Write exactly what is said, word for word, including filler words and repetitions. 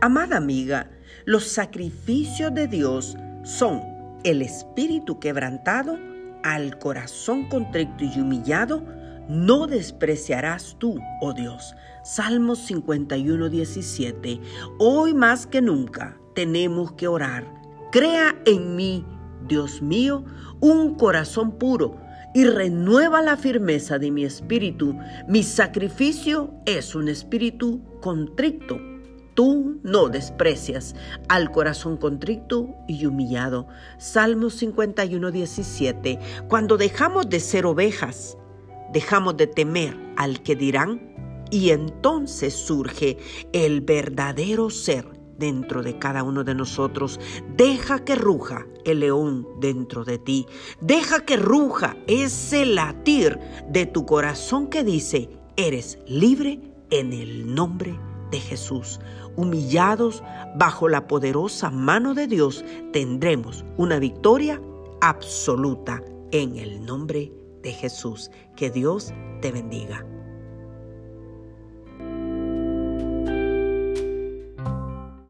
Amada amiga, los sacrificios de Dios son el espíritu quebrantado, al corazón contrito y humillado, no despreciarás tú, oh Dios. Salmos cincuenta y uno, diecisiete. Hoy más que nunca tenemos que orar. Crea en mí, Dios mío, un corazón puro y renueva la firmeza de mi espíritu. Mi sacrificio es un espíritu contrito. Tú no desprecias al corazón contrito y humillado. Salmos cincuenta y uno, diecisiete. Cuando dejamos de ser ovejas, dejamos de temer al que dirán, y entonces surge el verdadero ser dentro de cada uno de nosotros. Deja que ruja el león dentro de ti. Deja que ruja ese latir de tu corazón que dice: eres libre en el nombre de Jesús. Humillados bajo la poderosa mano de Dios, tendremos una victoria absoluta en el nombre de Jesús. Que Dios te bendiga.